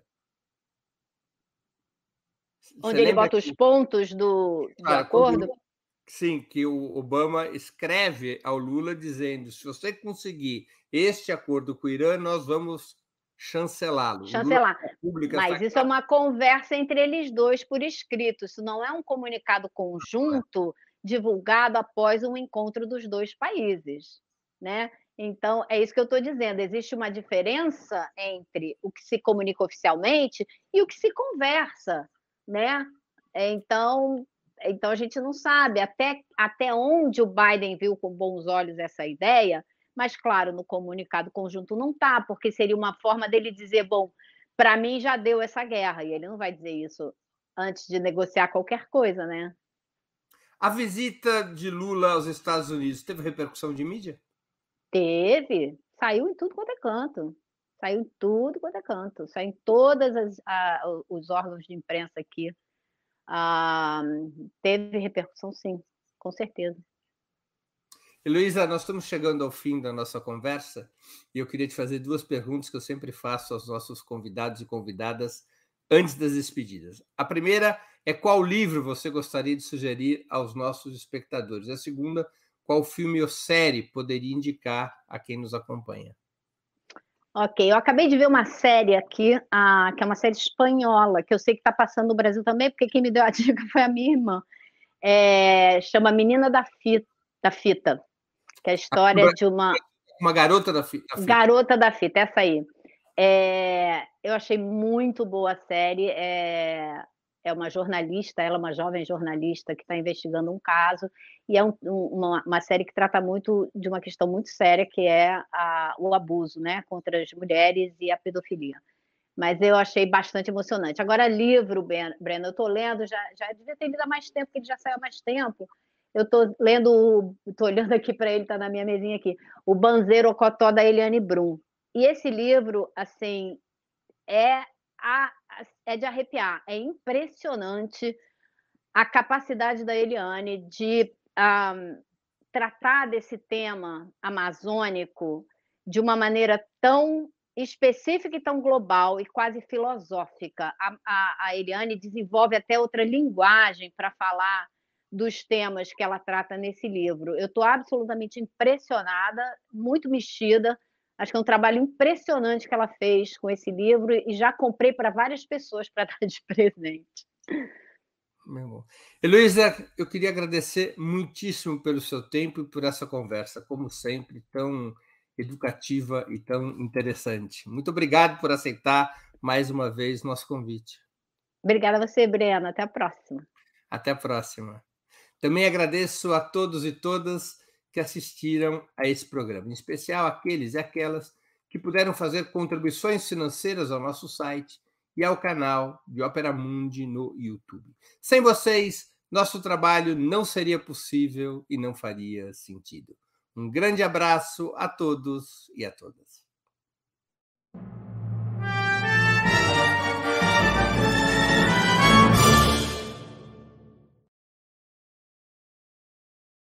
Você onde ele lembra bota os que, pontos do, do cara, quando acordo. ele, sim, que o Obama escreve ao Lula dizendo: se você conseguir este acordo com o Irã, nós vamos chancelá-lo. O Lula Chancelar. publica essa Mas isso é carta. uma conversa entre eles dois por escrito. Isso não é um comunicado conjunto divulgado após um encontro dos dois países, né? Então, é isso que eu estou dizendo. Existe uma diferença entre o que se comunica oficialmente e o que se conversa, né? Então, então a gente não sabe até, até onde o Biden viu com bons olhos essa ideia, mas, claro, no comunicado conjunto não está, porque seria uma forma dele dizer, bom, para mim já deu essa guerra, e ele não vai dizer isso antes de negociar qualquer coisa, né? A visita de Lula aos Estados Unidos teve repercussão de mídia? Teve, saiu em tudo quanto é canto, saiu em tudo quanto é canto, saiu em todas as, a, os órgãos de imprensa aqui. Ah, teve repercussão, sim, com certeza. Heloísa, nós estamos chegando ao fim da nossa conversa e eu queria te fazer duas perguntas que eu sempre faço aos nossos convidados e convidadas antes das despedidas. A primeira é: qual livro você gostaria de sugerir aos nossos espectadores? A segunda, qual filme ou série poderia indicar a quem nos acompanha? Ok, eu acabei de ver uma série aqui, ah, que é uma série espanhola, que eu sei que está passando no Brasil também, porque quem me deu a dica foi a minha irmã. É, chama Menina da Fita, da Fita, que é a história de uma Uma garota da fita. garota da fita, essa aí. É, eu achei muito boa a série. É, é uma jornalista, ela é uma jovem jornalista que está investigando um caso, e é um, um, uma, uma série que trata muito de uma questão muito séria, que é a, o abuso, né, contra as mulheres e a pedofilia. Mas eu achei bastante emocionante. Agora, livro, Breno, eu estou lendo, já, já devia ter lido há mais tempo, porque ele já saiu há mais tempo. Eu estou lendo, estou olhando aqui para ele, está na minha mesinha aqui, o Banzeiro Ocotó, da Eliane Brum. E esse livro, assim, é, a, é de arrepiar, é impressionante a capacidade da Eliane de um, tratar desse tema amazônico de uma maneira tão específica e tão global e quase filosófica. A, a, a Eliane desenvolve até outra linguagem para falar dos temas que ela trata nesse livro. Eu estou absolutamente impressionada, muito mexida. Acho que é um trabalho impressionante que ela fez com esse livro e já comprei para várias pessoas para dar de presente. Meu bom. Heloísa, eu queria agradecer muitíssimo pelo seu tempo e por essa conversa, como sempre, tão educativa e tão interessante. Muito obrigado por aceitar mais uma vez nosso convite. Obrigada a você, Breno. Até a próxima. Até a próxima. Também agradeço a todos e todas que assistiram a esse programa, em especial aqueles e aquelas que puderam fazer contribuições financeiras ao nosso site e ao canal de Opera Mundi no YouTube. Sem vocês, nosso trabalho não seria possível e não faria sentido. Um grande abraço a todos e a todas.